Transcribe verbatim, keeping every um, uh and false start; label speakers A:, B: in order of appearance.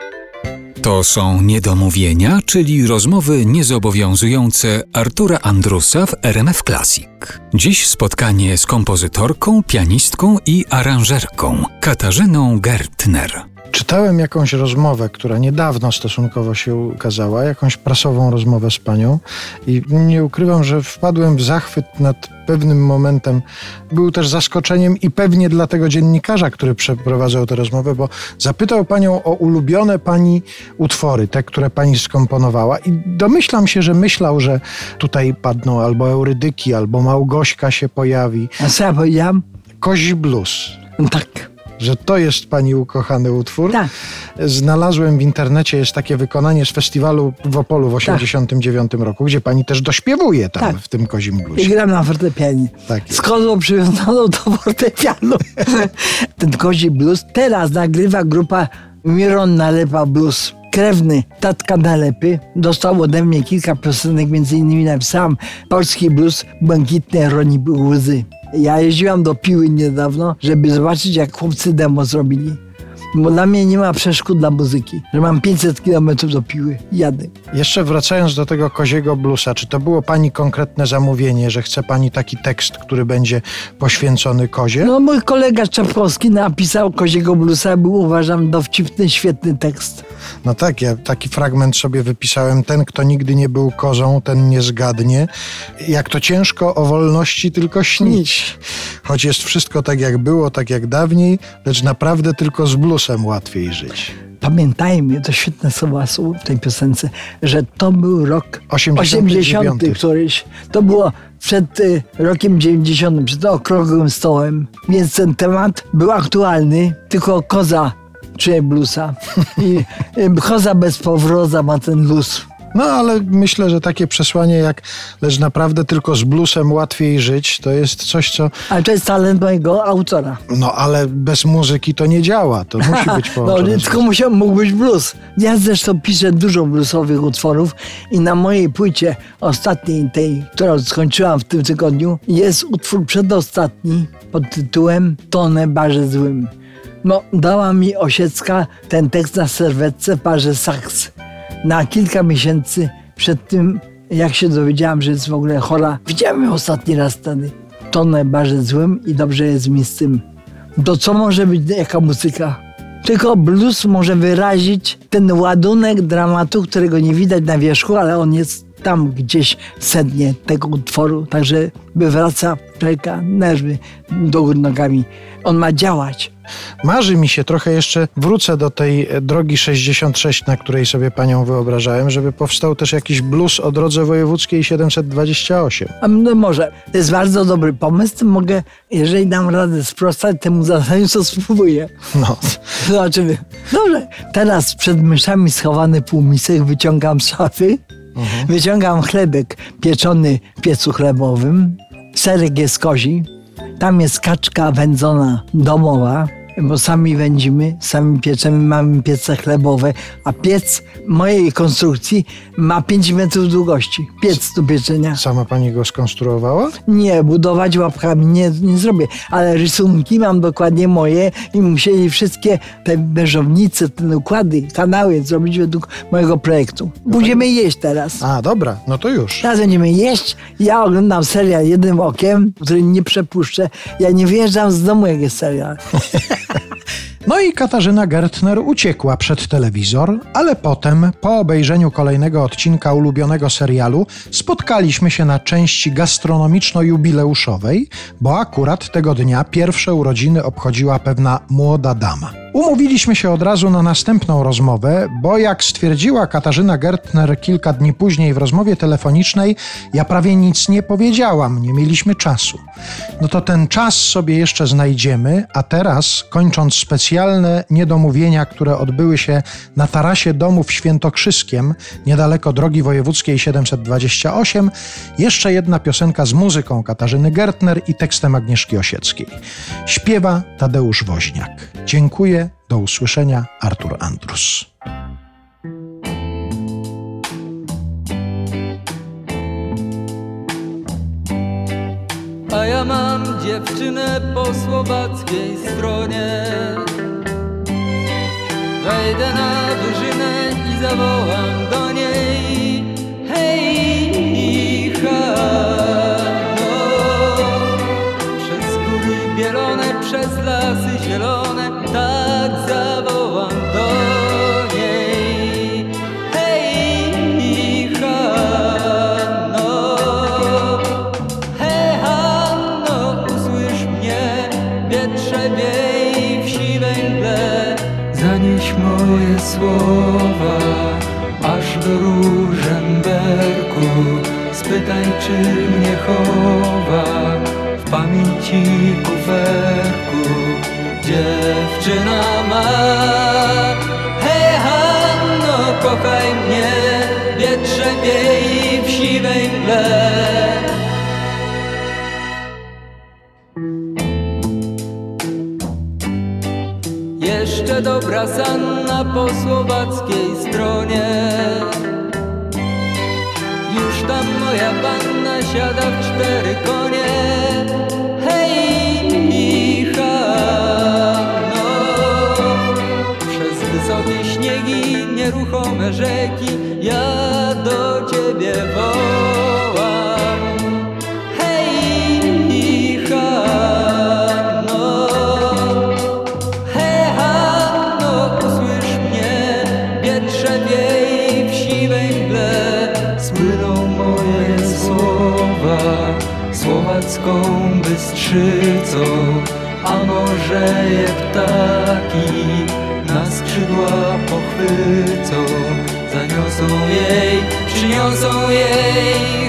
A: To są niedomówienia, czyli rozmowy niezobowiązujące Artura Andrusa w R M F Classic. Dziś spotkanie z kompozytorką, pianistką i aranżerką Katarzyną Gertner.
B: Czytałem jakąś rozmowę, która niedawno stosunkowo się ukazała, jakąś prasową rozmowę z panią i nie ukrywam, że wpadłem w zachwyt nad pewnym momentem. Był też zaskoczeniem i pewnie dla tego dziennikarza, który przeprowadzał tę rozmowę, bo zapytał panią o ulubione pani utwory, te, które pani skomponowała i domyślam się, że myślał, że tutaj padną albo Eurydyki, albo Małgośka się pojawi.
C: A co ja powiedziałam?
B: Kozi blues.
C: Tak.
B: Że to jest pani ukochany utwór.
C: Tak.
B: Znalazłem w internecie, jest takie wykonanie z festiwalu w Opolu w osiemdziesiątym dziewiątym roku, gdzie pani też dośpiewuje tam,
C: tak.
B: w tym Kozim bluesie.
C: I gram na fortepianie.
B: Tak jest.
C: Z kozą przywiązaną do fortepianu. Ten Kozi blues teraz nagrywa grupa Miron Nalepa Blues. Krewny tatka Nalepy dostał ode mnie kilka piosenek, między innymi napisałem polski blues Błękitne roni łzy. Ja jeździłam do Piły niedawno, żeby zobaczyć, jak chłopcy demo zrobili. Bo dla mnie nie ma przeszkód dla muzyki, że mam pięćset kilometrów do Piły i jadę.
B: Jeszcze wracając do tego Koziego bluesa, czy to było pani konkretne zamówienie, że chce pani taki tekst, który będzie poświęcony kozie?
C: No mój kolega Czapkowski napisał Koziego bluesa, był, uważam, dowcipny, świetny tekst.
B: No tak, ja taki fragment sobie wypisałem. Ten, kto nigdy nie był kozą, ten nie zgadnie. Jak to ciężko o wolności tylko śnić. Choć jest wszystko tak jak było, tak jak dawniej, lecz naprawdę tylko z bluesem łatwiej żyć.
C: Pamiętajmy, to świetne słowa są w tej piosence, że to był rok osiemdziesiąty któryś. To było przed y, rokiem dziewięćdziesiątym, przed okrągłym stołem. Więc ten temat był aktualny, tylko koza czuje bluesa. I y, koza bez powroza ma ten luz.
B: No ale myślę, że takie przesłanie jak lecz naprawdę tylko z bluesem łatwiej żyć, to jest coś, co...
C: Ale to jest talent mojego autora.
B: No ale bez muzyki to nie działa, to musi być połączone.
C: No tylko musiał, mógł być blues. Ja zresztą piszę dużo bluesowych utworów i na mojej płycie ostatniej, tej, którą skończyłam w tym tygodniu, jest utwór przedostatni pod tytułem Tonę barze złym. No dała mi Osiecka ten tekst na serwetce w barze Saks. Na kilka miesięcy przed tym, jak się dowiedziałam, że jest w ogóle chora, widziałem ją ostatni raz wtedy. Tonę barze złym i dobrze jest mi z tym. To co może być jaka muzyka? Tylko blues może wyrazić ten ładunek dramatu, którego nie widać na wierzchu, ale on jest tam gdzieś w sednie tego utworu. Także wywraca człowieka nerwy do góry nogami. On ma działać.
B: Marzy mi się trochę jeszcze, wrócę do tej drogi sześćdziesiąt sześć, na której sobie panią wyobrażałem, żeby powstał też jakiś blues o drodze wojewódzkiej siedemset dwadzieścia osiem.
C: A no może. To jest bardzo dobry pomysł. Mogę, jeżeli dam radę sprostać temu zadaniu, to spróbuję.
B: No.
C: Zobaczymy. Dobrze. Teraz przed myszami schowany półmisek wyciągam z szafy. Mhm. Wyciągam chlebek pieczony w piecu chlebowym. Serek jest kozi. Tam jest kaczka wędzona domowa, bo sami wędzimy, sami pieczemy, mamy piece chlebowe, a piec mojej konstrukcji ma pięć metrów długości. Piec do pieczenia.
B: Sama pani go skonstruowała?
C: Nie, budować łapkami nie, nie zrobię, ale rysunki mam dokładnie moje i musieli wszystkie te beżownice, te układy, kanały zrobić według mojego projektu. Będziemy jeść teraz.
B: A, dobra, no to już.
C: Teraz będziemy jeść. Ja oglądam serial jednym okiem, który nie przepuszczę. Ja nie wyjeżdżam z domu, jak jest serial.
B: No i Katarzyna Gertner uciekła przed telewizor, ale potem, po obejrzeniu kolejnego odcinka ulubionego serialu, spotkaliśmy się na części gastronomiczno-jubileuszowej, bo akurat tego dnia pierwsze urodziny obchodziła pewna młoda dama. Umówiliśmy się od razu na następną rozmowę, bo jak stwierdziła Katarzyna Gertner kilka dni później w rozmowie telefonicznej, ja prawie nic nie powiedziałam, nie mieliśmy czasu. No to ten czas sobie jeszcze znajdziemy, a teraz, kończąc specjalne niedomówienia, które odbyły się na tarasie domu w Świętokrzyskiem, niedaleko drogi wojewódzkiej siedemset dwadzieścia osiem, jeszcze jedna piosenka z muzyką Katarzyny Gertner i tekstem Agnieszki Osieckiej. Śpiewa Tadeusz Woźniak. Dziękuję, do usłyszenia, Artur Andrus.
D: A ja mam dziewczynę po słowackiej stronie. Wejdę na wyżynę zawołam do niej. Hej, Hanno, przez góry bielone, przez lasy zielone, tak zawołam do niej. Hej, Hanno, hej, Hanno, usłysz mnie, wietrze wiej w siwej mgle. Zanieś moje słowa aż do Różemberku. Spytaj, czy mnie chowa w pamięci kuferku dziewczyna ma. Hej, Hanno, kochaj mnie, wietrze wiej w siwej mgle. Jeszcze dobra Sanna po słowackiej stronie. Już tam moja panna siada w cztery konie. Hej, Hanno, przez wysokie śniegi, nieruchome rzeki ja do ciebie wołam. Hej, Hanno, hej, Hanno, usłysz mnie, wietrze wiej w siwej mgle. Spłyną moje słowa słowacką bystrzycą, a może je ptaki na skrzydła pochwycą, zaniosą jej, przyniosą jej.